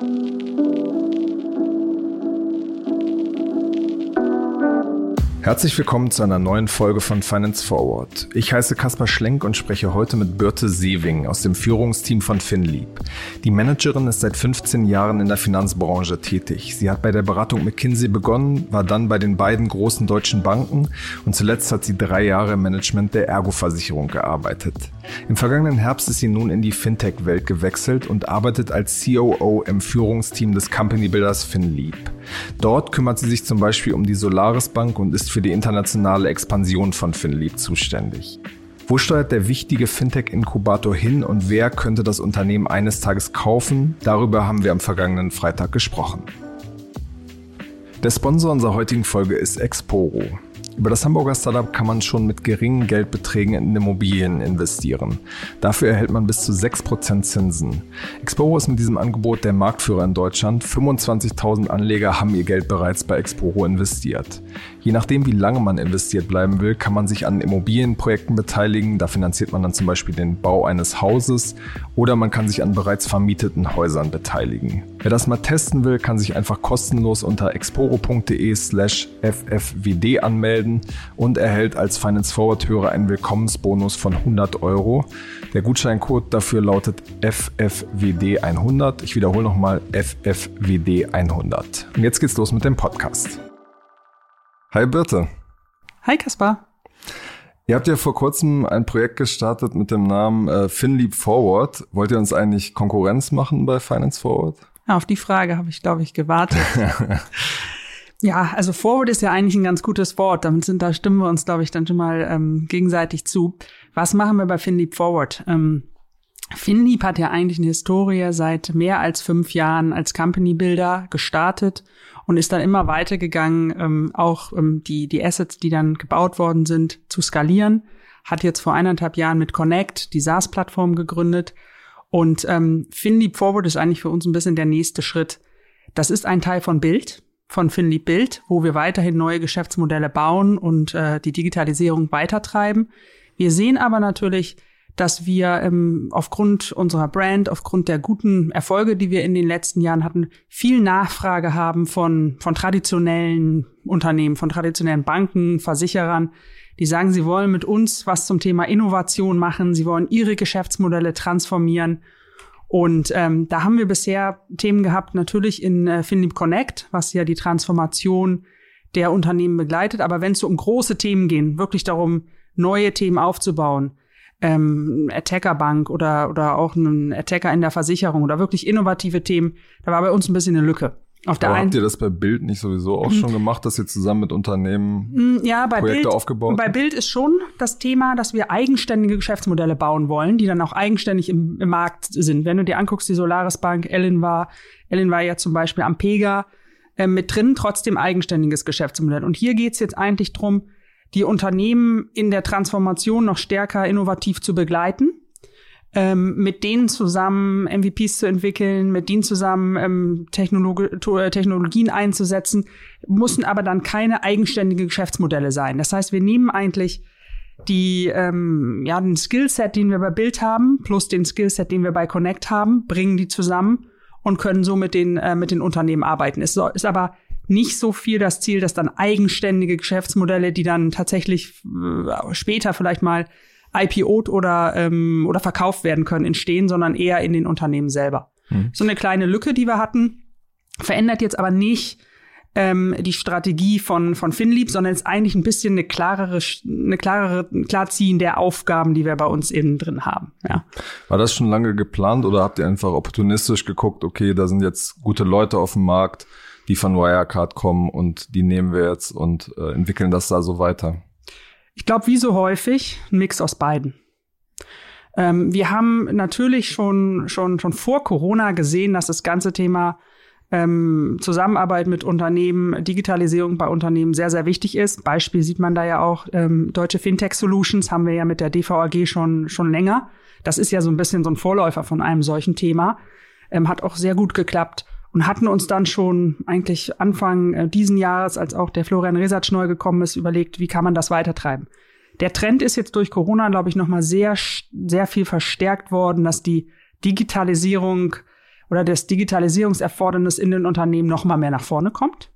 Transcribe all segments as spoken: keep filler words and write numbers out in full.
Herzlich willkommen zu einer neuen Folge von Finance Forward. Ich heiße Kaspar Schlenk und spreche heute mit Birte Sewing aus dem Führungsteam von Finlieb. Die Managerin ist seit fünfzehn Jahren in der Finanzbranche tätig. Sie hat bei der Beratung McKinsey begonnen, war dann bei den beiden großen deutschen Banken und zuletzt hat sie drei Jahre im Management der Ergo-Versicherung gearbeitet. Im vergangenen Herbst ist sie nun in die Fintech-Welt gewechselt und arbeitet als C O O im Führungsteam des Company-Builders Finlieb. Dort kümmert sie sich zum Beispiel um die Solaris Bank und ist für die internationale Expansion von Finlieb zuständig. Wo steuert der wichtige Fintech-Inkubator hin und wer könnte das Unternehmen eines Tages kaufen? Darüber haben wir am vergangenen Freitag gesprochen. Der Sponsor unserer heutigen Folge ist Exporo. Über das Hamburger Startup kann man schon mit geringen Geldbeträgen in Immobilien investieren. Dafür erhält man bis zu sechs Prozent Zinsen. Exporo ist mit diesem Angebot der Marktführer in Deutschland. fünfundzwanzigtausend Anleger haben ihr Geld bereits bei Exporo investiert. Je nachdem, wie lange man investiert bleiben will, kann man sich an Immobilienprojekten beteiligen. Da finanziert man dann zum Beispiel den Bau eines Hauses oder man kann sich an bereits vermieteten Häusern beteiligen. Wer das mal testen will, kann sich einfach kostenlos unter exporo.de slash ffwd anmelden und erhält als Finance Forward-Hörer einen Willkommensbonus von hundert Euro. Der Gutscheincode dafür lautet F F W D hundert. Ich wiederhole nochmal F F W D hundert. Und jetzt geht's los mit dem Podcast. Hi Birte. Hi Kaspar. Ihr habt ja vor kurzem ein Projekt gestartet mit dem Namen äh, Finlieb Forward. Wollt ihr uns eigentlich Konkurrenz machen bei Finance Forward? Ja, auf die Frage habe ich, glaube ich, gewartet. Ja, also Forward ist ja eigentlich ein ganz gutes Wort. Damit sind, da stimmen wir uns, glaube ich, dann schon mal ähm, gegenseitig zu. Was machen wir bei Finlieb Forward? Ähm, Finlieb hat ja eigentlich eine Historie seit mehr als fünf Jahren als Company Builder gestartet und ist dann immer weitergegangen, ähm, auch ähm, die die Assets, die dann gebaut worden sind, zu skalieren. Hat jetzt vor eineinhalb Jahren mit Connect die SaaS-Plattform gegründet. Und ähm, Finlieb Forward ist eigentlich für uns ein bisschen der nächste Schritt. Das ist ein Teil von Build, von Finlieb Build, wo wir weiterhin neue Geschäftsmodelle bauen und äh, die Digitalisierung weitertreiben. Wir sehen aber natürlich, dass wir ähm, aufgrund unserer Brand, aufgrund der guten Erfolge, die wir in den letzten Jahren hatten, viel Nachfrage haben von von traditionellen Unternehmen, von traditionellen Banken, Versicherern, die sagen, sie wollen mit uns was zum Thema Innovation machen, sie wollen ihre Geschäftsmodelle transformieren. Und ähm, da haben wir bisher Themen gehabt, natürlich in äh, Finlieb Connect, was ja die Transformation der Unternehmen begleitet. Aber wenn es so um große Themen geht, wirklich darum, neue Themen aufzubauen, ähm, Attackerbank oder oder auch ein Attacker in der Versicherung oder wirklich innovative Themen, da war bei uns ein bisschen eine Lücke. Auf der Aber einen, habt ihr das bei Bild nicht sowieso auch schon gemacht, dass ihr zusammen mit Unternehmen ja, bei Projekte Bild, aufgebaut habt? Bei Bild ist schon das Thema, dass wir eigenständige Geschäftsmodelle bauen wollen, die dann auch eigenständig im, im Markt sind. Wenn du dir anguckst, die Solaris Bank, Ellen war, Ellen war ja zum Beispiel am Pega äh, mit drin, trotzdem eigenständiges Geschäftsmodell. Und hier geht's jetzt eigentlich drum, die Unternehmen in der Transformation noch stärker innovativ zu begleiten. Ähm, mit denen zusammen M V Ps zu entwickeln, mit denen zusammen ähm, Technologi- Technologien einzusetzen, müssen aber dann keine eigenständigen Geschäftsmodelle sein. Das heißt, wir nehmen eigentlich die ähm, ja den Skillset, den wir bei Bild haben, plus den Skillset, den wir bei Connect haben, bringen die zusammen und können so mit den äh, mit den Unternehmen arbeiten. Es ist aber nicht so viel das Ziel, dass dann eigenständige Geschäftsmodelle, die dann tatsächlich äh, später vielleicht mal I P O'd oder ähm, oder verkauft werden können, entstehen, sondern eher in den Unternehmen selber. Hm. So eine kleine Lücke, die wir hatten, verändert jetzt aber nicht ähm, die Strategie von von Finlieb, sondern ist eigentlich ein bisschen eine klarere, eine klarere Klarziehen der Aufgaben, die wir bei uns innen drin haben. Ja. War das schon lange geplant oder habt ihr einfach opportunistisch geguckt, okay, da sind jetzt gute Leute auf dem Markt, die von Wirecard kommen und die nehmen wir jetzt und äh, entwickeln das da so weiter? Ich glaube, wie so häufig, ein Mix aus beiden. Ähm, wir haben natürlich schon schon schon vor Corona gesehen, dass das ganze Thema ähm, Zusammenarbeit mit Unternehmen, Digitalisierung bei Unternehmen sehr, sehr wichtig ist. Beispiel sieht man da ja auch, ähm, Deutsche Fintech Solutions haben wir ja mit der D V A G schon schon länger. Das ist ja so ein bisschen so ein Vorläufer von einem solchen Thema. Ähm, hat auch sehr gut geklappt. Und hatten uns dann schon eigentlich Anfang äh, diesen Jahres, als auch der Florian Resatsch neu gekommen ist, überlegt, wie kann man das weitertreiben. Der Trend ist jetzt durch Corona, glaube ich, noch mal sehr, sehr viel verstärkt worden, dass die Digitalisierung oder das Digitalisierungserfordernis in den Unternehmen noch mal mehr nach vorne kommt.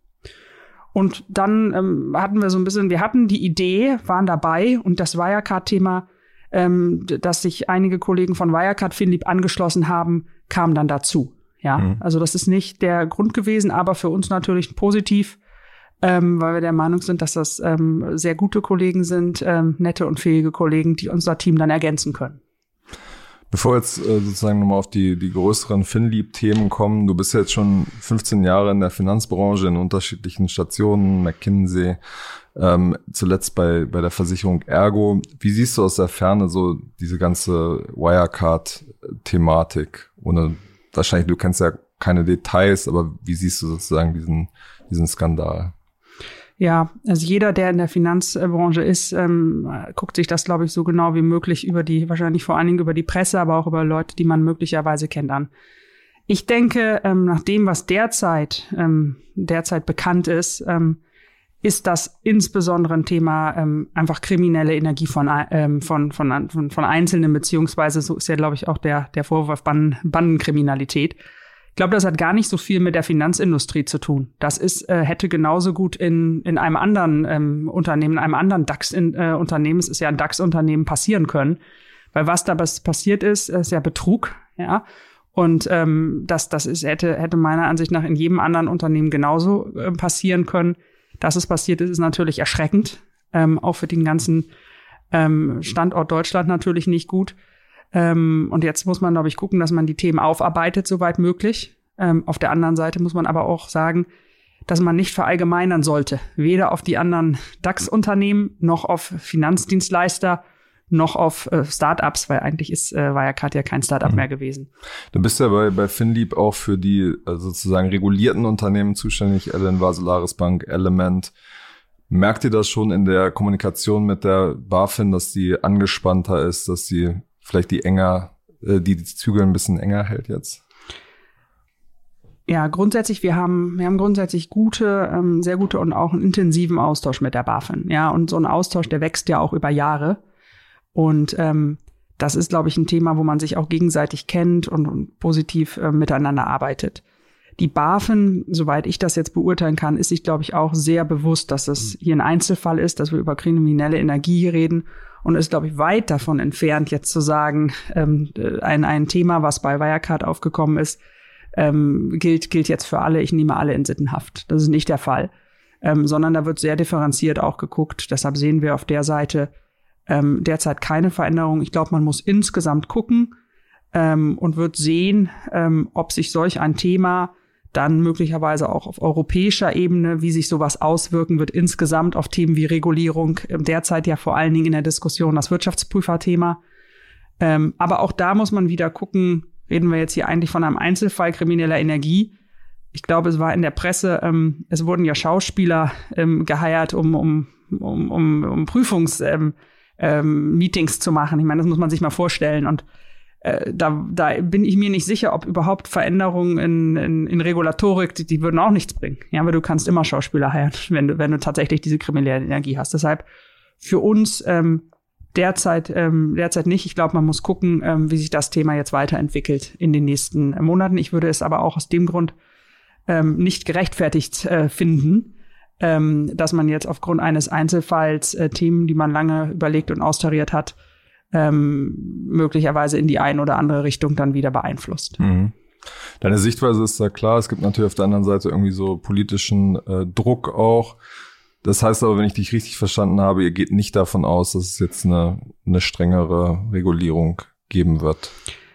Und dann ähm, hatten wir so ein bisschen, wir hatten die Idee, waren dabei und das Wirecard-Thema, ähm, dass sich einige Kollegen von Wirecard Finlieb angeschlossen haben, kam dann dazu. Ja, mhm. Also das ist nicht der Grund gewesen, aber für uns natürlich positiv, ähm, weil wir der Meinung sind, dass das ähm, sehr gute Kollegen sind, ähm, nette und fähige Kollegen, die unser Team dann ergänzen können. Bevor wir jetzt äh, sozusagen nochmal auf die die größeren Finlieb-Themen kommen, du bist ja jetzt schon fünfzehn Jahre in der Finanzbranche in unterschiedlichen Stationen, McKinsey, ähm, zuletzt bei bei der Versicherung Ergo. Wie siehst du aus der Ferne so diese ganze Wirecard-Thematik? Ohne wahrscheinlich, du kennst ja keine Details, aber wie siehst du sozusagen diesen diesen Skandal? Ja, also jeder, der in der Finanzbranche ist, ähm, guckt sich das, glaube ich, so genau wie möglich über die, wahrscheinlich vor allen Dingen über die Presse, aber auch über Leute, die man möglicherweise kennt, an. Ich denke, ähm, nach dem, was derzeit, ähm, derzeit bekannt ist, ähm, ist das insbesondere ein Thema ähm, einfach kriminelle Energie von, ähm, von, von, von, von Einzelnen, beziehungsweise so ist ja, glaube ich, auch der, der Vorwurf Banden, Bandenkriminalität. Ich glaube, das hat gar nicht so viel mit der Finanzindustrie zu tun. Das ist äh, hätte genauso gut in in einem anderen ähm, Unternehmen, in einem anderen DAX-Unternehmen, äh, es ist ja ein DAX-Unternehmen, passieren können. Weil was da passiert ist, ist ja Betrug, ja. Und ähm, das das ist hätte hätte meiner Ansicht nach in jedem anderen Unternehmen genauso äh, passieren können. Dass es passiert ist, ist natürlich erschreckend, ähm, auch für den ganzen ähm, Standort Deutschland natürlich nicht gut. Ähm, und jetzt muss man, glaube ich, gucken, dass man die Themen aufarbeitet, soweit möglich. Ähm, auf der anderen Seite muss man aber auch sagen, dass man nicht verallgemeinern sollte. Weder auf die anderen DAX-Unternehmen, noch auf Finanzdienstleister, noch auf äh, Startups, weil eigentlich ist äh, Wirecard ja kein Startup mhm. mehr gewesen. Du bist ja bei, bei Finlieb auch für die äh, sozusagen regulierten Unternehmen zuständig, L N war, Solaris Bank, Element. Merkt ihr das schon in der Kommunikation mit der BaFin, dass die angespannter ist, dass sie vielleicht die enger, äh, die, die Zügel ein bisschen enger hält jetzt? Ja, grundsätzlich, wir haben, wir haben grundsätzlich gute, ähm, sehr gute und auch einen intensiven Austausch mit der BaFin. Ja, und so ein Austausch, der wächst ja auch über Jahre. Und ähm, das ist, glaube ich, ein Thema, wo man sich auch gegenseitig kennt und, und positiv äh, miteinander arbeitet. Die BaFin, soweit ich das jetzt beurteilen kann, ist sich, glaube ich, auch sehr bewusst, dass es hier ein Einzelfall ist, dass wir über kriminelle Energie reden. Und ist, glaube ich, weit davon entfernt, jetzt zu sagen, ähm, ein, ein Thema, was bei Wirecard aufgekommen ist, ähm, gilt, gilt jetzt für alle, ich nehme alle in Sittenhaft. Das ist nicht der Fall. Ähm, sondern da wird sehr differenziert auch geguckt. Deshalb sehen wir auf der Seite ähm, derzeit keine Veränderung. Ich glaube, man muss insgesamt gucken ähm, und wird sehen, ähm, ob sich solch ein Thema dann möglicherweise auch auf europäischer Ebene, wie sich sowas auswirken wird, insgesamt auf Themen wie Regulierung, derzeit ja vor allen Dingen in der Diskussion das Wirtschaftsprüferthema. Ähm, aber auch da muss man wieder gucken, reden wir jetzt hier eigentlich von einem Einzelfall krimineller Energie. Ich glaube, es war in der Presse, ähm, es wurden ja Schauspieler ähm, geheiert, um, um, um, um, um Prüfungsmeetings ähm, ähm, zu machen. Ich meine, das muss man sich mal vorstellen. Und Äh, da, da bin ich mir nicht sicher, ob überhaupt Veränderungen in, in, in Regulatorik, die, die würden auch nichts bringen. Ja, aber du kannst immer Schauspieler heiren, wenn du, wenn du tatsächlich diese kriminelle Energie hast. Deshalb für uns ähm, derzeit, ähm, derzeit nicht. Ich glaube, man muss gucken, ähm, wie sich das Thema jetzt weiterentwickelt in den nächsten Monaten. Ich würde es aber auch aus dem Grund ähm, nicht gerechtfertigt äh, finden, ähm, dass man jetzt aufgrund eines Einzelfalls äh, Themen, die man lange überlegt und austariert hat, Ähm, möglicherweise in die eine oder andere Richtung dann wieder beeinflusst. Mhm. Deine Sichtweise ist da klar. Es gibt natürlich auf der anderen Seite irgendwie so politischen äh, Druck auch. Das heißt aber, wenn ich dich richtig verstanden habe, ihr geht nicht davon aus, dass es jetzt eine, eine strengere Regulierung geben wird.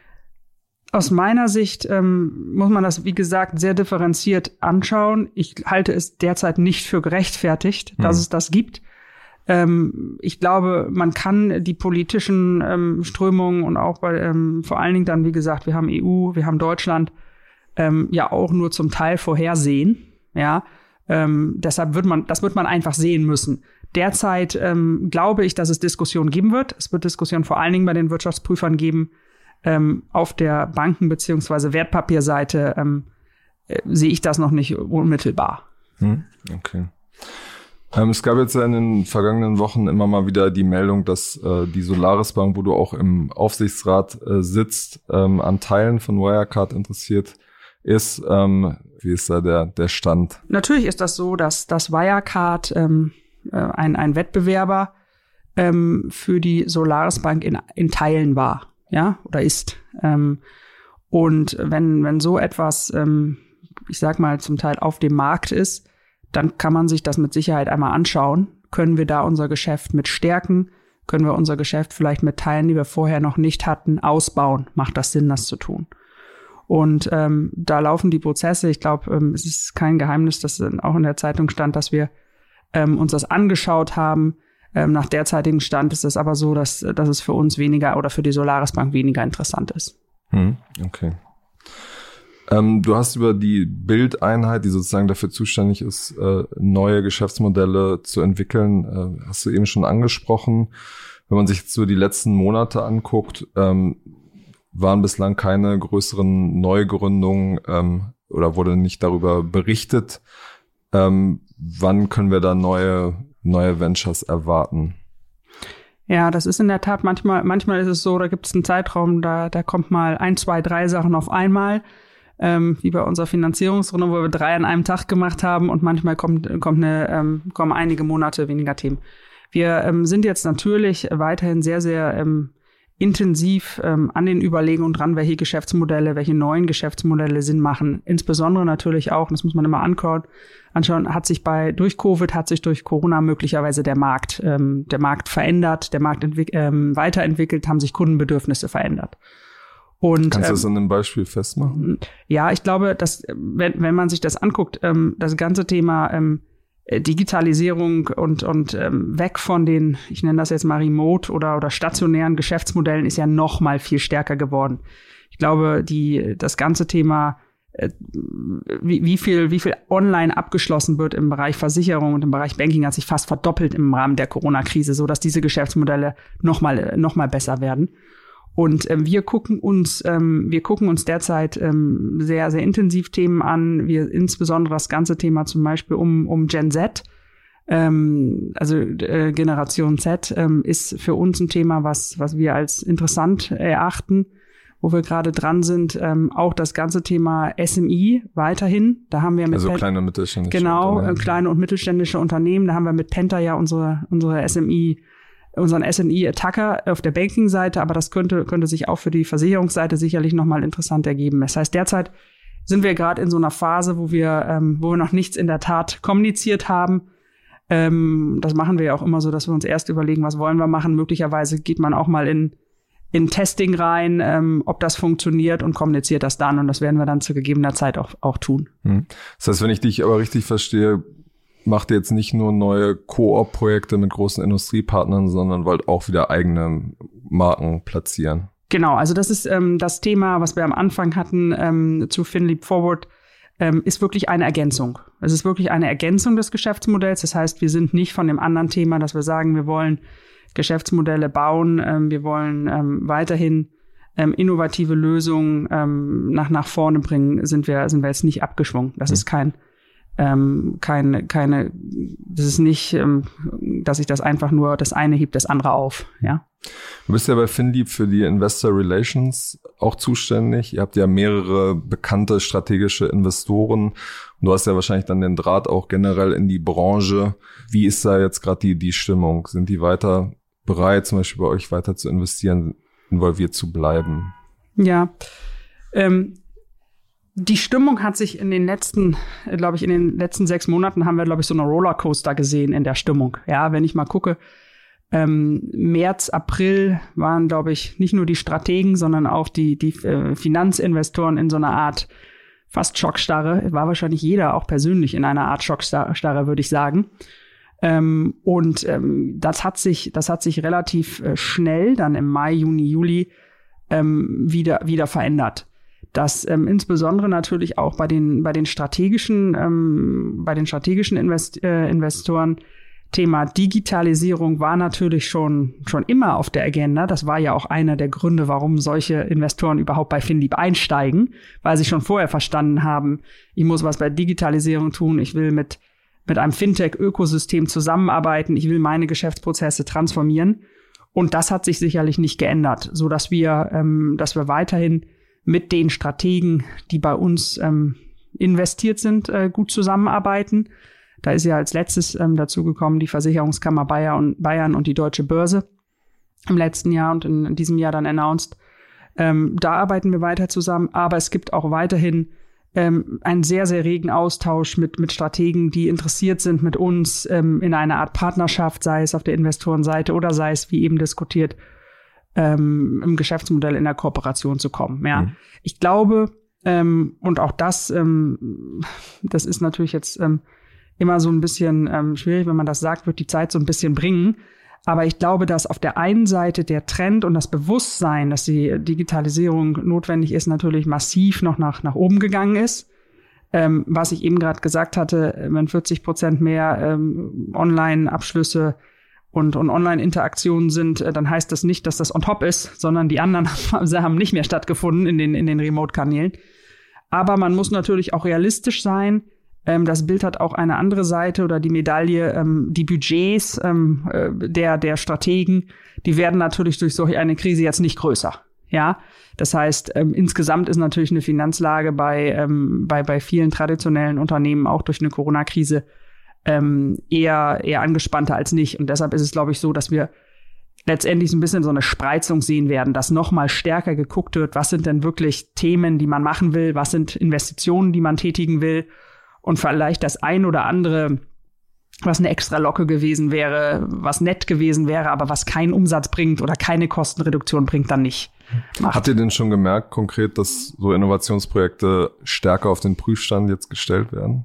Aus meiner Sicht ähm, muss man das, wie gesagt, sehr differenziert anschauen. Ich halte es derzeit nicht für gerechtfertigt, dass mhm. es das gibt. Ähm, ich glaube, man kann die politischen ähm, Strömungen und auch bei, ähm, vor allen Dingen dann, wie gesagt, wir haben E U, wir haben Deutschland, ähm, ja auch nur zum Teil vorhersehen. Ja, ähm, deshalb wird man, das wird man einfach sehen müssen. Derzeit ähm, glaube ich, dass es Diskussionen geben wird. Es wird Diskussionen vor allen Dingen bei den Wirtschaftsprüfern geben. Ähm, auf der Banken- bzw. Wertpapierseite ähm, äh, sehe ich das noch nicht unmittelbar. Hm, okay. Ähm, es gab jetzt ja in den vergangenen Wochen immer mal wieder die Meldung, dass äh, die Solaris Bank, wo du auch im Aufsichtsrat äh, sitzt, ähm, an Teilen von Wirecard interessiert ist. Ähm, wie ist da der, der Stand? Natürlich ist das so, dass das Wirecard ähm, ein, ein Wettbewerber ähm, für die Solaris Bank in, in Teilen war, ja, oder ist. Ähm, und wenn, wenn so etwas, ähm, ich sag mal, zum Teil auf dem Markt ist, dann kann man sich das mit Sicherheit einmal anschauen. Können wir da unser Geschäft mit stärken? Können wir unser Geschäft vielleicht mit Teilen, die wir vorher noch nicht hatten, ausbauen? Macht das Sinn, das zu tun? Und ähm, da laufen die Prozesse. Ich glaube, ähm, es ist kein Geheimnis, dass auch in der Zeitung stand, dass wir ähm, uns das angeschaut haben. Ähm, nach derzeitigem Stand ist es aber so, dass, dass es für uns weniger oder für die Solaris Bank weniger interessant ist. Hm, okay. Ähm, du hast über die Bildeinheit, die sozusagen dafür zuständig ist, äh, neue Geschäftsmodelle zu entwickeln, äh, hast du eben schon angesprochen. Wenn man sich jetzt so die letzten Monate anguckt, ähm, waren bislang keine größeren Neugründungen ähm, oder wurde nicht darüber berichtet. Ähm, wann können wir da neue, neue Ventures erwarten? Ja, das ist in der Tat manchmal, manchmal ist es so, da gibt es einen Zeitraum, da, da kommt mal ein, zwei, drei Sachen auf einmal. Ähm, wie bei unserer Finanzierungsrunde, wo wir drei an einem Tag gemacht haben und manchmal kommt, kommt eine, ähm, kommen einige Monate weniger Themen. Wir ähm, sind jetzt natürlich weiterhin sehr, sehr ähm, intensiv ähm, an den Überlegungen dran, welche Geschäftsmodelle, welche neuen Geschäftsmodelle Sinn machen. Insbesondere natürlich auch, das muss man immer anschauen, anschauen, hat sich bei, durch Covid, hat sich durch Corona möglicherweise der Markt, ähm, der Markt verändert, der Markt entwick- ähm, weiterentwickelt, haben sich Kundenbedürfnisse verändert. Und, Kannst du das ähm, an einem Beispiel festmachen? Ja, ich glaube, dass, wenn, wenn man sich das anguckt, ähm, das ganze Thema ähm, Digitalisierung und, und ähm, weg von den, ich nenne das jetzt mal Remote oder, oder stationären Geschäftsmodellen ist ja noch mal viel stärker geworden. Ich glaube, die, das ganze Thema, äh, wie, wie viel, wie viel online abgeschlossen wird im Bereich Versicherung und im Bereich Banking hat sich fast verdoppelt im Rahmen der Corona-Krise, so dass diese Geschäftsmodelle noch mal, noch mal besser werden. Und ähm, wir gucken uns, ähm, wir gucken uns derzeit ähm, sehr, sehr intensiv Themen an. Wir insbesondere das ganze Thema zum Beispiel um um Gen Z, ähm, also äh, Generation Z, ähm, ist für uns ein Thema, was was wir als interessant erachten, wo wir gerade dran sind. Ähm, auch das ganze Thema S M I weiterhin. Da haben wir mit also Pen- kleine und mittelständische genau Unternehmen. äh, kleine und mittelständische Unternehmen. Da haben wir mit Penta ja unsere unsere S M I unseren S M I-Attacker auf der Banking-Seite, aber das könnte könnte sich auch für die Versicherungsseite sicherlich nochmal interessant ergeben. Das heißt, derzeit sind wir gerade in so einer Phase, wo wir ähm, wo wir noch nichts in der Tat kommuniziert haben. Ähm, das machen wir ja auch immer so, dass wir uns erst überlegen, was wollen wir machen. Möglicherweise geht man auch mal in in Testing rein, ähm, ob das funktioniert und kommuniziert das dann. Und das werden wir dann zu gegebener Zeit auch auch tun. Hm. Das heißt, wenn ich dich aber richtig verstehe, macht ihr jetzt nicht nur neue Koop-Projekte mit großen Industriepartnern, sondern wollt auch wieder eigene Marken platzieren. Genau, also das ist ähm, das Thema, was wir am Anfang hatten ähm, zu FinLeap Forward, ähm, ist wirklich eine Ergänzung. Es ist wirklich eine Ergänzung des Geschäftsmodells. Das heißt, wir sind nicht von dem anderen Thema, dass wir sagen, wir wollen Geschäftsmodelle bauen, ähm, wir wollen ähm, weiterhin ähm, innovative Lösungen ähm, nach nach vorne bringen, sind wir sind wir jetzt nicht abgeschwungen. Das mhm. ist kein Ähm, keine, keine, das ist nicht, ähm, dass ich das einfach nur, das eine hebt das andere auf, ja. Du bist ja bei FinLeap für die Investor Relations auch zuständig. Ihr habt ja mehrere bekannte strategische Investoren und du hast ja wahrscheinlich dann den Draht auch generell in die Branche. Wie ist da jetzt gerade die, die Stimmung? Sind die weiter bereit, zum Beispiel bei euch weiter zu investieren, involviert zu bleiben? Ja, ähm, die Stimmung hat sich in den letzten, glaube ich, in den letzten sechs Monaten haben wir, glaube ich, so eine Rollercoaster gesehen in der Stimmung. Ja, wenn ich mal gucke, ähm, März, April waren, glaube ich, nicht nur die Strategen, sondern auch die, die äh, Finanzinvestoren in so einer Art fast Schockstarre. War wahrscheinlich jeder auch persönlich in einer Art Schockstarre, würde ich sagen. Ähm, und ähm, das hat sich, das hat sich relativ äh, schnell dann im Mai, Juni, Juli ähm, wieder, wieder verändert. Dass ähm, insbesondere natürlich auch bei den bei den strategischen ähm, bei den strategischen Invest, äh, Investoren Thema Digitalisierung war natürlich schon schon immer auf der Agenda. Das war ja auch einer der Gründe, warum solche Investoren überhaupt bei FinLeap einsteigen, weil sie schon vorher verstanden haben, ich muss was bei Digitalisierung tun, ich will mit mit einem Fintech-Ökosystem zusammenarbeiten, ich will meine Geschäftsprozesse transformieren. Und das hat sich sicherlich nicht geändert, so dass wir ähm, dass wir weiterhin mit den Strategen, die bei uns ähm, investiert sind, äh, gut zusammenarbeiten. Da ist ja als letztes ähm, dazu gekommen die Versicherungskammer Bayer und Bayern und die Deutsche Börse im letzten Jahr und in, in diesem Jahr dann announced. Ähm, da arbeiten wir weiter zusammen, aber es gibt auch weiterhin ähm, einen sehr, sehr regen Austausch mit, mit Strategen, die interessiert sind, mit uns ähm, in einer Art Partnerschaft, sei es auf der Investorenseite oder sei es, wie eben diskutiert, ähm, im Geschäftsmodell in der Kooperation zu kommen. Ja, mhm. Ich glaube, ähm, und auch das, ähm, das ist natürlich jetzt ähm, immer so ein bisschen ähm, schwierig, wenn man das sagt, wird die Zeit so ein bisschen bringen. Aber ich glaube, dass auf der einen Seite der Trend und das Bewusstsein, dass die Digitalisierung notwendig ist, natürlich massiv noch nach, nach oben gegangen ist. Ähm, was ich eben gerade gesagt hatte, wenn vierzig Prozent mehr ähm, Online-Abschlüsse und, und Online-Interaktionen sind, äh, dann heißt das nicht, dass das on top ist, sondern die anderen haben nicht mehr stattgefunden in den, in den Remote-Kanälen. Aber man muss natürlich auch realistisch sein. Das Bild hat auch eine andere Seite oder die Medaille, ähm, die Budgets ähm, der, der Strategen, die werden natürlich durch solch eine Krise jetzt nicht größer. Ja, das heißt, ähm, insgesamt ist natürlich eine Finanzlage bei, ähm, bei, bei vielen traditionellen Unternehmen auch durch eine Corona-Krise ähm, eher, eher angespannter als nicht. Und deshalb ist es, glaube ich, so, dass wir letztendlich so ein bisschen so eine Spreizung sehen werden, dass noch mal stärker geguckt wird, was sind denn wirklich Themen, die man machen will, was sind Investitionen, die man tätigen will. Und vielleicht das ein oder andere, was eine extra Locke gewesen wäre, was nett gewesen wäre, aber was keinen Umsatz bringt oder keine Kostenreduktion bringt, dann nicht macht. Habt ihr denn schon gemerkt konkret, dass so Innovationsprojekte stärker auf den Prüfstand jetzt gestellt werden?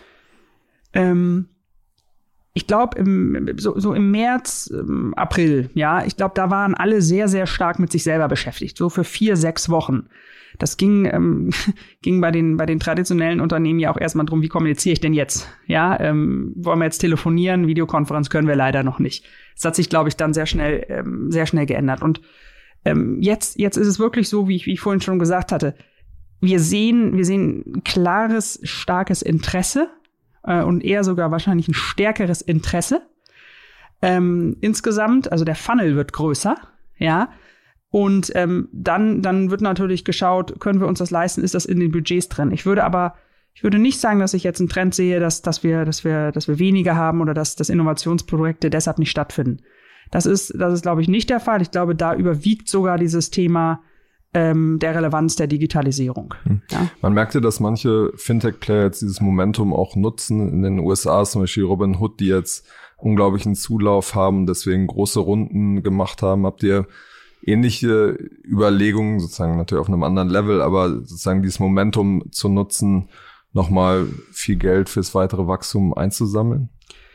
Ähm, ich glaube, im, so, so im März, ähm, April, ja, ich glaube, da waren alle sehr, sehr stark mit sich selber beschäftigt, so für vier, sechs Wochen. Das ging, ähm, ging bei den, bei den traditionellen Unternehmen ja auch erstmal drum, wie kommuniziere ich denn jetzt? Ja, ähm, wollen wir jetzt telefonieren? Videokonferenz können wir leider noch nicht. Das hat sich, glaube ich, dann sehr schnell, ähm, sehr schnell geändert. Und ähm, jetzt, jetzt ist es wirklich so, wie ich, wie ich vorhin schon gesagt hatte. Wir sehen, wir sehen klares, starkes Interesse äh, und eher sogar wahrscheinlich ein stärkeres Interesse. Ähm, insgesamt, also der Funnel wird größer, ja. Und ähm, dann dann wird natürlich geschaut, können wir uns das leisten, ist das in den Budgets drin? Ich würde aber ich würde nicht sagen, dass ich jetzt einen Trend sehe, dass dass wir dass wir dass wir weniger haben oder dass dass Innovationsprojekte deshalb nicht stattfinden. Das ist das ist glaube ich nicht der Fall. Ich glaube, da überwiegt sogar dieses Thema ähm, der Relevanz der Digitalisierung. Hm. Ja? Man merkte, dass manche Fintech-Player jetzt dieses Momentum auch nutzen. In den U S A zum Beispiel Robinhood, die jetzt unglaublichen Zulauf haben, deswegen große Runden gemacht haben. Habt ihr ähnliche Überlegungen, sozusagen natürlich auf einem anderen Level, aber sozusagen dieses Momentum zu nutzen, nochmal viel Geld fürs weitere Wachstum einzusammeln?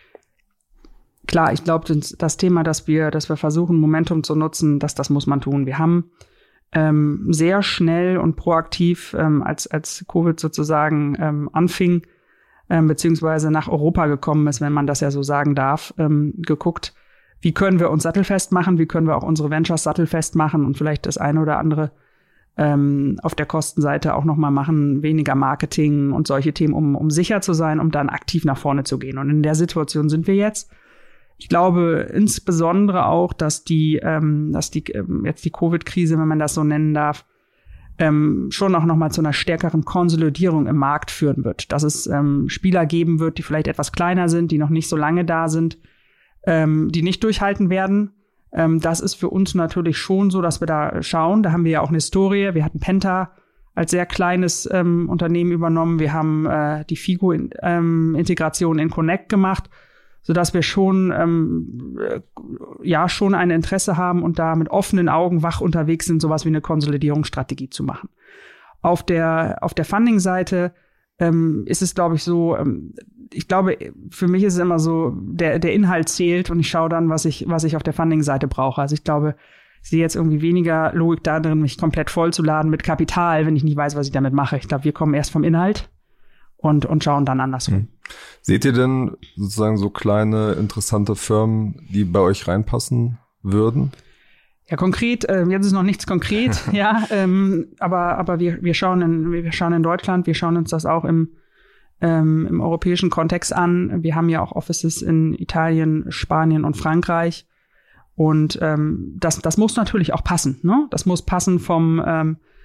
Klar, ich glaube, das Thema, dass wir, dass wir versuchen, Momentum zu nutzen, dass das muss man tun. Wir haben ähm, sehr schnell und proaktiv, ähm, als als Covid sozusagen ähm, anfing, ähm, beziehungsweise nach Europa gekommen ist, wenn man das ja so sagen darf, ähm, geguckt, wie können wir uns sattelfest machen, wie können wir auch unsere Ventures sattelfest machen und vielleicht das eine oder andere ähm, auf der Kostenseite auch noch mal machen, weniger Marketing und solche Themen, um, um sicher zu sein, um dann aktiv nach vorne zu gehen. Und in der Situation sind wir jetzt. Ich glaube insbesondere auch, dass die, ähm, dass die ähm, jetzt die Covid-Krise, wenn man das so nennen darf, ähm, schon auch noch mal zu einer stärkeren Konsolidierung im Markt führen wird. Dass es ähm, Spieler geben wird, die vielleicht etwas kleiner sind, die noch nicht so lange da sind, Ähm, die nicht durchhalten werden. Ähm, das ist für uns natürlich schon so, dass wir da schauen. Da haben wir ja auch eine Historie. Wir hatten Penta als sehr kleines ähm, Unternehmen übernommen. Wir haben äh, die Figo-Integration in, ähm, in Connect gemacht, sodass wir schon ähm, äh, ja schon ein Interesse haben und da mit offenen Augen wach unterwegs sind, sowas wie eine Konsolidierungsstrategie zu machen. Auf der auf der Funding-Seite ähm, ist es, glaube ich, so, ähm, ich glaube, für mich ist es immer so, der, der Inhalt zählt und ich schaue dann, was ich, was ich auf der Funding-Seite brauche. Also ich glaube, ich sehe jetzt irgendwie weniger Logik da drin, mich komplett vollzuladen mit Kapital, wenn ich nicht weiß, was ich damit mache. Ich glaube, wir kommen erst vom Inhalt und, und schauen dann andersrum. Hm. Seht ihr denn sozusagen so kleine, interessante Firmen, die bei euch reinpassen würden? Ja, konkret, äh, jetzt ist noch nichts konkret, ja, ähm, aber, aber wir, wir schauen in, wir schauen in Deutschland, wir schauen uns das auch im, ähm, im europäischen Kontext an. Wir haben ja auch Offices in Italien, Spanien und Frankreich. Und ähm, das, das muss natürlich auch passen, ne? Das muss passen vom, ähm,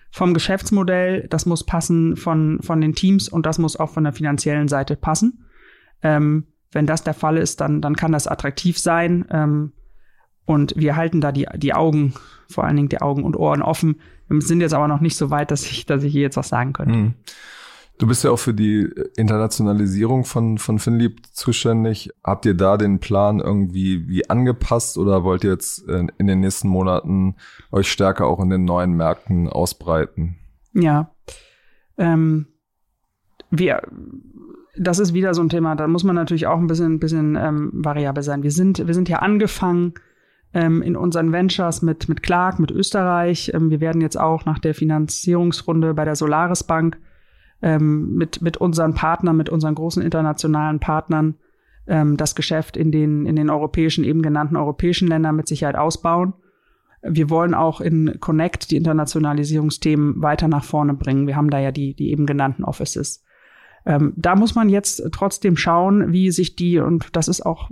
vom Geschäftsmodell, das muss passen von, von den Teams und das muss auch von der finanziellen Seite passen. Ähm, wenn das der Fall ist, dann, dann kann das attraktiv sein. Ähm, und wir halten da die, die Augen, vor allen Dingen die Augen und Ohren offen. Wir sind jetzt aber noch nicht so weit, dass ich, dass ich hier jetzt was sagen könnte. Mhm. Du bist ja auch für die Internationalisierung von, von FinLeap zuständig. Habt ihr da den Plan irgendwie wie angepasst oder wollt ihr jetzt in, in den nächsten Monaten euch stärker auch in den neuen Märkten ausbreiten? Ja, ähm, wir, das ist wieder so ein Thema, da muss man natürlich auch ein bisschen, bisschen ähm, variabel sein. Wir sind, wir sind ja angefangen ähm, in unseren Ventures mit, mit Clark, mit Österreich. Ähm, wir werden jetzt auch nach der Finanzierungsrunde bei der Solaris Bank ähm, mit, mit unseren Partnern, mit unseren großen internationalen Partnern ähm, das Geschäft in den, in den europäischen, eben genannten europäischen Ländern mit Sicherheit ausbauen. Wir wollen auch in Connect die Internationalisierungsthemen weiter nach vorne bringen. Wir haben da ja die, die eben genannten Offices. Ähm, da muss man jetzt trotzdem schauen, wie sich die, und das ist auch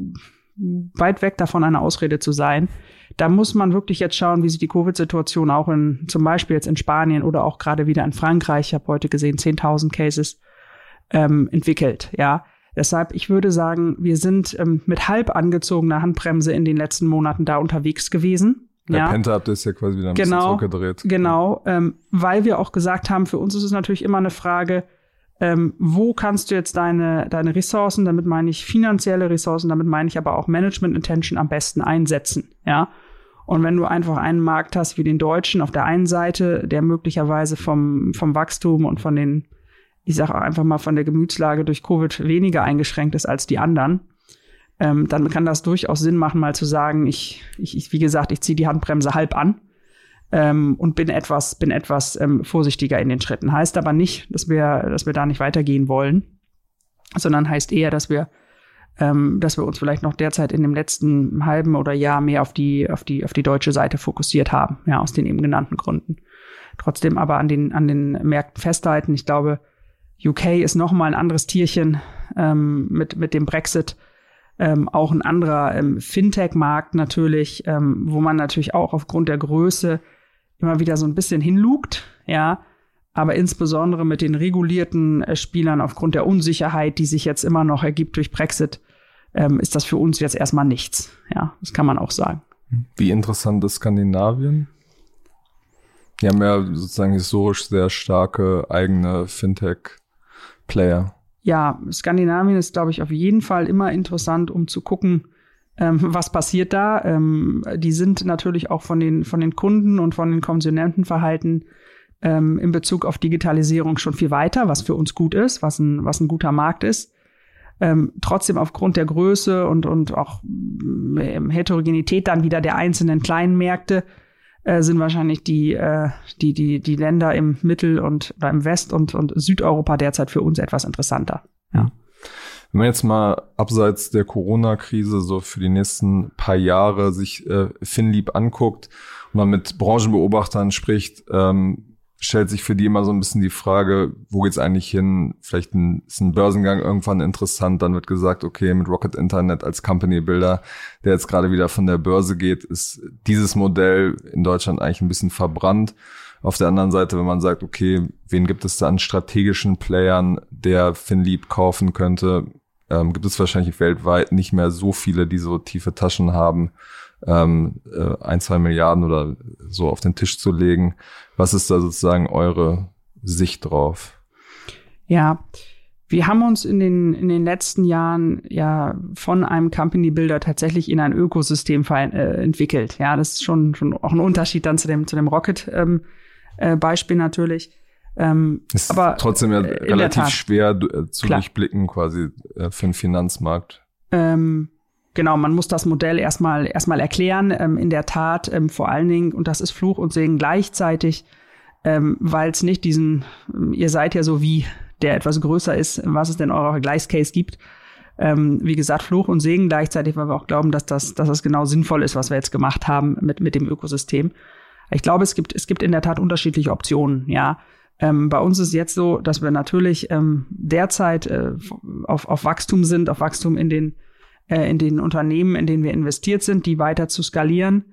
weit weg davon, eine Ausrede zu sein, da muss man wirklich jetzt schauen, wie sich die Covid-Situation auch in, zum Beispiel jetzt in Spanien oder auch gerade wieder in Frankreich, ich habe heute gesehen, zehntausend Cases, ähm, entwickelt, ja. Deshalb, ich würde sagen, wir sind ähm, mit halb angezogener Handbremse in den letzten Monaten da unterwegs gewesen. Der ja. Penta-Up ist ja quasi wieder ein genau, bisschen zurückgedreht. Genau, ähm, weil wir auch gesagt haben, für uns ist es natürlich immer eine Frage, ähm, wo kannst du jetzt deine, deine Ressourcen, damit meine ich finanzielle Ressourcen, damit meine ich aber auch Management-Intention am besten einsetzen, ja. Und wenn du einfach einen Markt hast wie den deutschen auf der einen Seite, der möglicherweise vom, vom Wachstum und von den, ich sage auch einfach mal von der Gemütslage durch Covid weniger eingeschränkt ist als die anderen, ähm, dann kann das durchaus Sinn machen, mal zu sagen, ich, ich, ich wie gesagt, ich ziehe die Handbremse halb an ähm, und bin etwas, bin etwas ähm, vorsichtiger in den Schritten. Heißt aber nicht, dass wir, dass wir da nicht weitergehen wollen, sondern heißt eher, dass wir Ähm, dass wir uns vielleicht noch derzeit in dem letzten halben oder Jahr mehr auf die, auf die, auf die deutsche Seite fokussiert haben, ja, aus den eben genannten Gründen. Trotzdem aber an den, an den Märkten festhalten. Ich glaube, U K ist noch mal ein anderes Tierchen, ähm, mit, mit dem Brexit, ähm, auch ein anderer ähm, Fintech-Markt natürlich, ähm, wo man natürlich auch aufgrund der Größe immer wieder so ein bisschen hinlugt, ja. Aber insbesondere mit den regulierten äh, Spielern aufgrund der Unsicherheit, die sich jetzt immer noch ergibt durch Brexit, ähm, ist das für uns jetzt erstmal nichts. Ja, das kann man auch sagen. Wie interessant ist Skandinavien? Die haben ja sozusagen historisch sehr starke eigene Fintech-Player. Ja, Skandinavien ist, glaube ich, auf jeden Fall immer interessant, um zu gucken, ähm, was passiert da. Ähm, die sind natürlich auch von den, von den Kunden und von den Konsumentenverhalten Ähm, in Bezug auf Digitalisierung schon viel weiter, was für uns gut ist, was ein, was ein guter Markt ist. Ähm, trotzdem aufgrund der Größe und, und auch ähm, Heterogenität dann wieder der einzelnen kleinen Märkte äh, sind wahrscheinlich die, äh, die, die, die Länder im Mittel- und oder im West- und, und Südeuropa derzeit für uns etwas interessanter. Ja. Wenn man jetzt mal abseits der Corona-Krise so für die nächsten paar Jahre sich äh, FinLeap anguckt und man mit Branchenbeobachtern spricht, ähm, stellt sich für die immer so ein bisschen die Frage, wo geht's eigentlich hin? Vielleicht ein, ist ein Börsengang irgendwann interessant, dann wird gesagt, okay, mit Rocket Internet als Company Builder, der jetzt gerade wieder von der Börse geht, ist dieses Modell in Deutschland eigentlich ein bisschen verbrannt. Auf der anderen Seite, wenn man sagt, okay, wen gibt es da an strategischen Playern, der FinLeap kaufen könnte, ähm, gibt es wahrscheinlich weltweit nicht mehr so viele, die so tiefe Taschen haben, ähm, äh, ein, zwei Milliarden oder so auf den Tisch zu legen. Was ist da sozusagen eure Sicht drauf? Ja, wir haben uns in den, in den letzten Jahren ja von einem Company Builder tatsächlich in ein Ökosystem ver- äh, entwickelt. Ja, das ist schon, schon auch ein Unterschied dann zu dem, zu dem Rocket, ähm, äh, Beispiel natürlich. Ähm, ist aber trotzdem ja äh, relativ schwer äh, zu Klar. durchblicken quasi äh, für den Finanzmarkt. Ähm, Genau, man muss das Modell erstmal erstmal erklären. Ähm, in der Tat, ähm, vor allen Dingen, und das ist Fluch und Segen gleichzeitig, ähm, weil es nicht diesen, ähm, ihr seid ja so wie, der etwas größer ist, was es denn eurer Vergleichscase gibt. Ähm, wie gesagt, Fluch und Segen gleichzeitig, weil wir auch glauben, dass das, dass das genau sinnvoll ist, was wir jetzt gemacht haben mit mit dem Ökosystem. Ich glaube, es gibt es gibt in der Tat unterschiedliche Optionen. Ja, ähm, bei uns ist jetzt so, dass wir natürlich ähm, derzeit äh, auf auf Wachstum sind, auf Wachstum in den in den Unternehmen, in denen wir investiert sind, die weiter zu skalieren.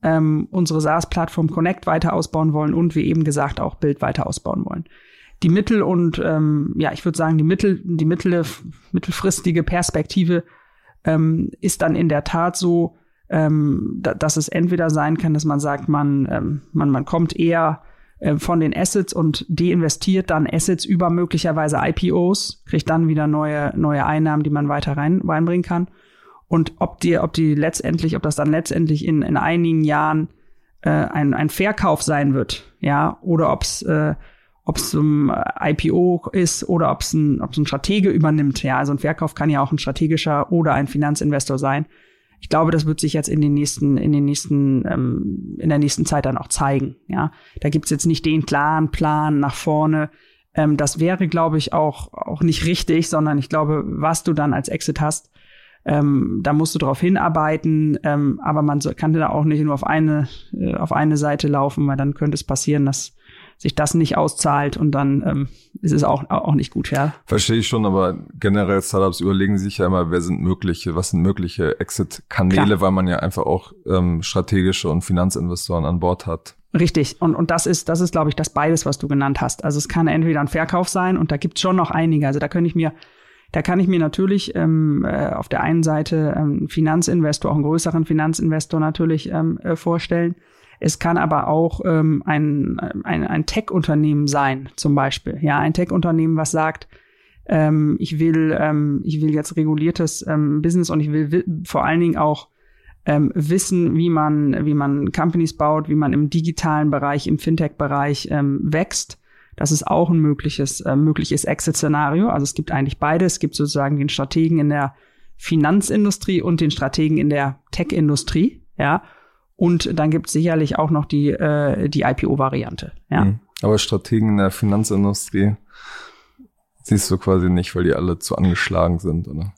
ähm, unsere SaaS-Plattform Connect weiter ausbauen wollen und wie eben gesagt auch Build weiter ausbauen wollen. Die mittel- und, ähm, ja, ich würde sagen, die mittel, die mittel, mittelfristige Perspektive ähm, ist dann in der Tat so, ähm, da, dass es entweder sein kann, dass man sagt, man, ähm, man, man kommt eher äh, von den Assets und deinvestiert dann Assets über möglicherweise I P Os, kriegt dann wieder neue, neue Einnahmen, die man weiter rein, reinbringen kann. Und ob die, ob die letztendlich, ob das dann letztendlich in, in einigen Jahren äh, ein, ein Verkauf sein wird, ja, oder ob es äh, ob es ein I P O ist oder ob es ein, ob es ein Stratege übernimmt. Ja, also ein Verkauf kann ja auch ein strategischer oder ein Finanzinvestor sein. Ich glaube, das wird sich jetzt in den nächsten, in den nächsten, ähm, in der nächsten Zeit dann auch zeigen. Ja, da gibt's jetzt nicht den klaren Plan nach vorne. Ähm, das wäre, glaube ich, auch auch nicht richtig, sondern ich glaube, was du dann als Exit hast, ähm, da musst du drauf hinarbeiten. Ähm, aber man so, kann da auch nicht nur auf eine, äh, auf eine Seite laufen, weil dann könnte es passieren, dass sich das nicht auszahlt und dann ähm, ist es auch auch nicht gut, ja. Verstehe ich schon, aber generell Startups überlegen sich ja immer, wer sind mögliche, was sind mögliche Exit-Kanäle, Klar. weil man ja einfach auch ähm, strategische und Finanzinvestoren an Bord hat. Richtig. Und und das ist das ist, glaube ich, das beides, was du genannt hast. Also es kann entweder ein Verkauf sein und da gibt's schon noch einige. Also da könnte ich mir Da kann ich mir natürlich ähm, äh, auf der einen Seite ähm, Finanzinvestor, auch einen größeren Finanzinvestor natürlich ähm, äh, vorstellen. Es kann aber auch ähm, ein, ein, ein Tech-Unternehmen sein, zum Beispiel. Ja, ein Tech-Unternehmen, was sagt, ähm, ich will, ähm, ich will jetzt reguliertes ähm, Business und ich will wi- vor allen Dingen auch ähm, wissen, wie man, wie man Companies baut, wie man im digitalen Bereich, im Fintech-Bereich ähm, wächst. Das ist auch ein mögliches, äh, mögliches Exit-Szenario. Also es gibt eigentlich beides. Es gibt sozusagen den Strategen in der Finanzindustrie und den Strategen in der Tech-Industrie, ja. Und dann gibt es sicherlich auch noch die, äh, die I P O-Variante. Ja. Mhm. Aber Strategen in der Finanzindustrie siehst du quasi nicht, weil die alle zu angeschlagen sind, oder?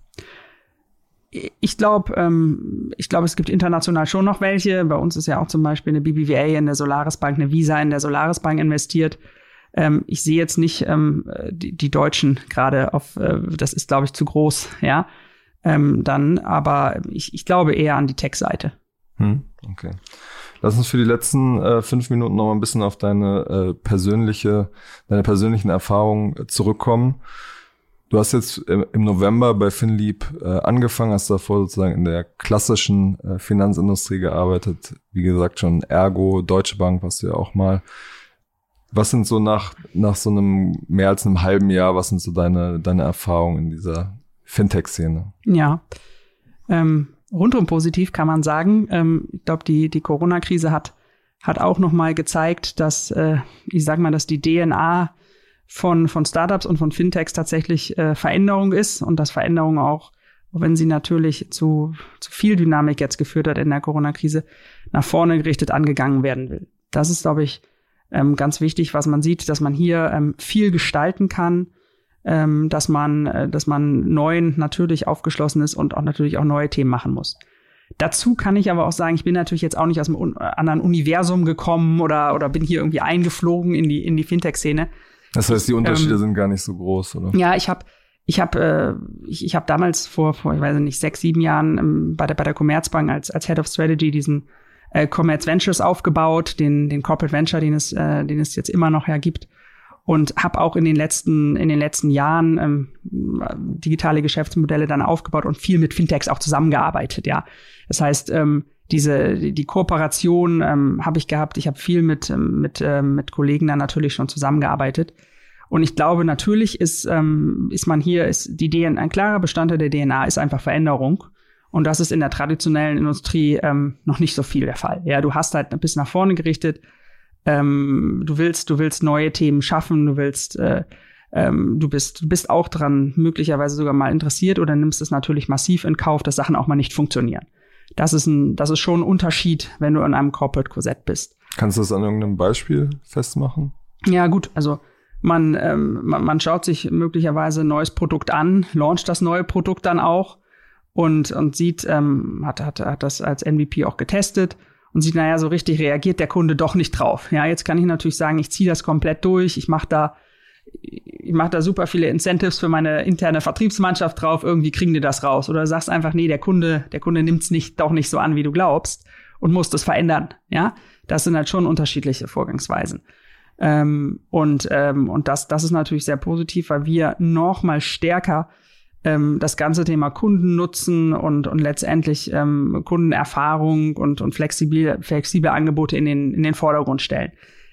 Ich glaube, ähm, ich glaube, es gibt international schon noch welche. Bei uns ist ja auch zum Beispiel eine B B V A in der Solaris Bank, eine Visa in der Solaris Bank investiert. Ähm, ich sehe jetzt nicht ähm, die, die Deutschen gerade auf, äh, das ist, glaube ich, zu groß, ja. Ähm, dann, aber ich, ich glaube eher an die Tech-Seite. Hm, okay. Lass uns für die letzten äh, fünf Minuten noch mal ein bisschen auf deine äh, persönliche, deine persönlichen Erfahrungen äh, zurückkommen. Du hast jetzt im, im November bei FinLeap äh, angefangen, hast davor sozusagen in der klassischen äh, Finanzindustrie gearbeitet. Wie gesagt, schon Ergo, Deutsche Bank warst du ja auch mal. Was sind so nach nach so einem mehr als einem halben Jahr, was sind so deine deine Erfahrungen in dieser Fintech-Szene? Ja, ähm, rundum positiv kann man sagen. Ähm, ich glaube, die die Corona-Krise hat hat auch noch mal gezeigt, dass äh, ich sag mal, dass die D N A von von Startups und von Fintechs tatsächlich äh, Veränderung ist und dass Veränderung auch, auch wenn sie natürlich zu zu viel Dynamik jetzt geführt hat in der Corona-Krise, nach vorne gerichtet angegangen werden will. Das ist, glaube ich, ähm, ganz wichtig, was man sieht, dass man hier ähm, viel gestalten kann, ähm, dass man äh, dass man neuen natürlich aufgeschlossen ist und auch natürlich auch neue Themen machen muss. Dazu kann ich aber auch sagen, ich bin natürlich jetzt auch nicht aus einem un- anderen Universum gekommen oder oder bin hier irgendwie eingeflogen in die in die Fintech-Szene. Das heißt, die Unterschiede ähm, sind gar nicht so groß, oder? Ja, ich habe ich habe äh, ich, ich habe damals vor vor ich weiß nicht sechs sieben Jahren ähm, bei der bei der Commerzbank als als Head of Strategy diesen äh, Commerz Ventures aufgebaut, den den Corporate Venture, den es äh, den es jetzt immer noch ja gibt, und habe auch in den letzten in den letzten Jahren ähm, digitale Geschäftsmodelle dann aufgebaut und viel mit Fintechs auch zusammengearbeitet. Ja, das heißt, ähm, diese die, die Kooperation ähm, habe ich gehabt. Ich habe viel mit ähm, mit ähm, mit Kollegen dann natürlich schon zusammengearbeitet. Und ich glaube, natürlich ist ähm, ist man hier ist die D N A, ein klarer Bestandteil der D N A ist einfach Veränderung. Und das ist in der traditionellen Industrie ähm, noch nicht so viel der Fall. Ja, du hast halt ein bisschen nach vorne gerichtet. Ähm, du willst, du willst neue Themen schaffen. Du willst, äh, ähm, du bist, du bist auch dran möglicherweise sogar mal interessiert oder nimmst es natürlich massiv in Kauf, dass Sachen auch mal nicht funktionieren. Das ist ein, das ist schon ein Unterschied, wenn du in einem Corporate Korsett bist. Kannst du das an irgendeinem Beispiel festmachen? Ja, gut, also man, ähm, man, man schaut sich möglicherweise ein neues Produkt an, launcht das neue Produkt dann auch und und sieht, ähm, hat hat hat das als M V P auch getestet und sieht, naja, so richtig reagiert der Kunde doch nicht drauf. Ja, jetzt kann ich natürlich sagen, ich ziehe das komplett durch, ich mache da ich mache da super viele Incentives für meine interne Vertriebsmannschaft drauf, irgendwie kriegen die das raus. Oder du sagst einfach, nee, der Kunde, der Kunde nimmt's nicht, doch nicht so an, wie du glaubst. und musst es verändern. Ja, das sind halt schon unterschiedliche Vorgangsweisen. Ähm, und ähm, und das, das ist natürlich sehr positiv, weil wir noch mal stärker ähm, das ganze Thema Kundennutzen und und letztendlich ähm, Kundenerfahrung und und flexible flexible Angebote in den in den Vordergrund stellen.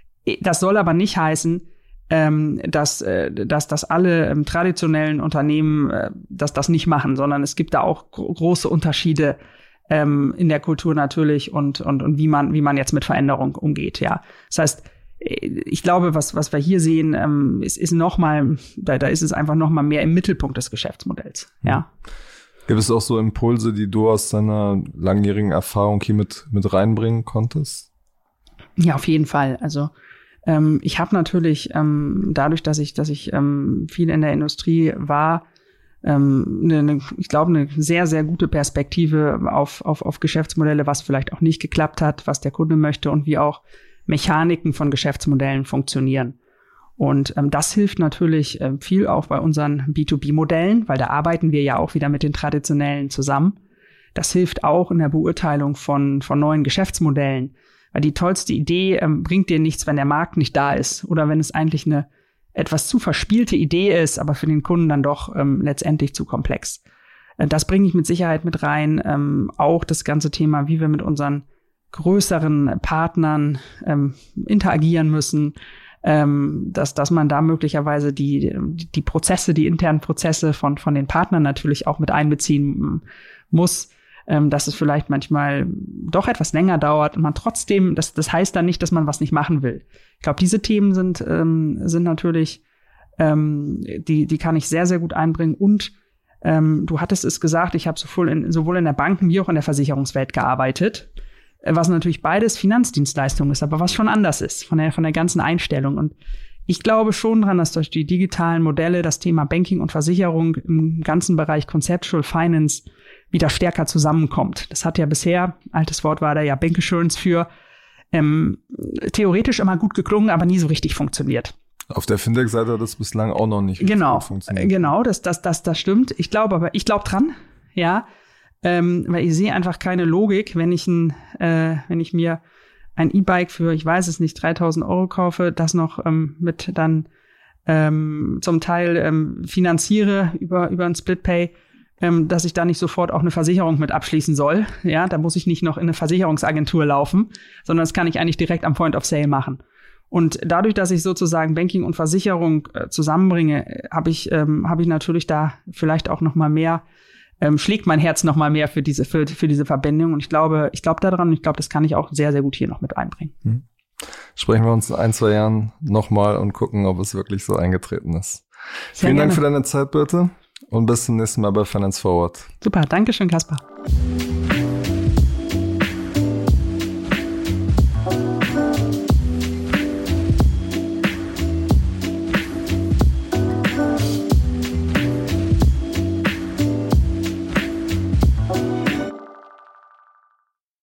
Das soll aber nicht heißen, ähm, dass äh, dass dass alle ähm, traditionellen Unternehmen äh, dass das nicht machen, sondern es gibt da auch gro- große Unterschiede ähm, in der Kultur natürlich und und und wie man wie man jetzt mit Veränderung umgeht. Ja, das heißt, ich glaube, was was wir hier sehen, ähm, ist, ist noch mal, da, da ist es einfach noch mal mehr im Mittelpunkt des Geschäftsmodells. Ja. Gibt es auch so Impulse, die du aus deiner langjährigen Erfahrung hier mit mit reinbringen konntest? Ja, auf jeden Fall. Also ähm, ich habe natürlich ähm, dadurch, dass ich dass ich ähm, viel in der Industrie war, ähm, ne, ne, ich glaube eine sehr sehr gute Perspektive auf auf auf Geschäftsmodelle, was vielleicht auch nicht geklappt hat, was der Kunde möchte und wie auch Mechaniken von Geschäftsmodellen funktionieren. Und ähm, das hilft natürlich ähm, viel auch bei unseren B zwei B-Modellen, weil da arbeiten wir ja auch wieder mit den traditionellen zusammen. Das hilft auch in der Beurteilung von von neuen Geschäftsmodellen, weil die tollste Idee ähm, bringt dir nichts, wenn der Markt nicht da ist oder wenn es eigentlich eine etwas zu verspielte Idee ist, aber für den Kunden dann doch ähm, letztendlich zu komplex. Äh, das bringe ich mit Sicherheit mit rein. Ähm, auch das ganze Thema, wie wir mit unseren größeren Partnern ähm, interagieren müssen, ähm, dass dass man da möglicherweise die die Prozesse, die internen Prozesse von von den Partnern natürlich auch mit einbeziehen muss, ähm, dass es vielleicht manchmal doch etwas länger dauert und man trotzdem, das das heißt dann nicht, dass man was nicht machen will. Ich glaube, diese Themen sind ähm, sind natürlich ähm, die die kann ich sehr sehr gut einbringen und ähm, du hattest es gesagt, ich habe sowohl in sowohl in der Banken- wie auch in der Versicherungswelt gearbeitet, was natürlich beides Finanzdienstleistungen ist, aber was schon anders ist von der von der ganzen Einstellung. Und ich glaube schon dran, dass durch die digitalen Modelle das Thema Banking und Versicherung im ganzen Bereich Conceptual Finance wieder stärker zusammenkommt. Das hat ja bisher, altes Wort war da ja Bancassurance für, ähm, theoretisch immer gut geklungen, aber nie so richtig funktioniert. Auf der Fintech-Seite hat das bislang auch noch nicht genau, gut funktioniert. Genau, das das das das stimmt. Ich glaube aber, ich glaube dran, ja. Ähm, weil ich sehe einfach keine Logik, wenn ich ein, äh, wenn ich mir ein E-Bike für, ich weiß es nicht, dreitausend Euro kaufe, das noch ähm, mit dann ähm, zum Teil ähm, finanziere über über ein Splitpay, ähm, dass ich da nicht sofort auch eine Versicherung mit abschließen soll. Ja, da muss ich nicht noch in eine Versicherungsagentur laufen, sondern das kann ich eigentlich direkt am Point of Sale machen. Und dadurch, dass ich sozusagen Banking und Versicherung äh, zusammenbringe, habe ich ähm, habe ich natürlich da vielleicht auch noch mal mehr Ähm, schlägt mein Herz noch mal mehr für diese für, für diese Verbindung und ich glaube ich glaube daran und ich glaube, das kann ich auch sehr sehr gut hier noch mit einbringen. Hm. Sprechen wir uns in ein, zwei Jahren noch mal und gucken, ob es wirklich so eingetreten ist. Sehr Vielen gerne. Dank für deine Zeit, Birte, und bis zum nächsten Mal bei Finance Forward. Super, danke schön, Kaspar.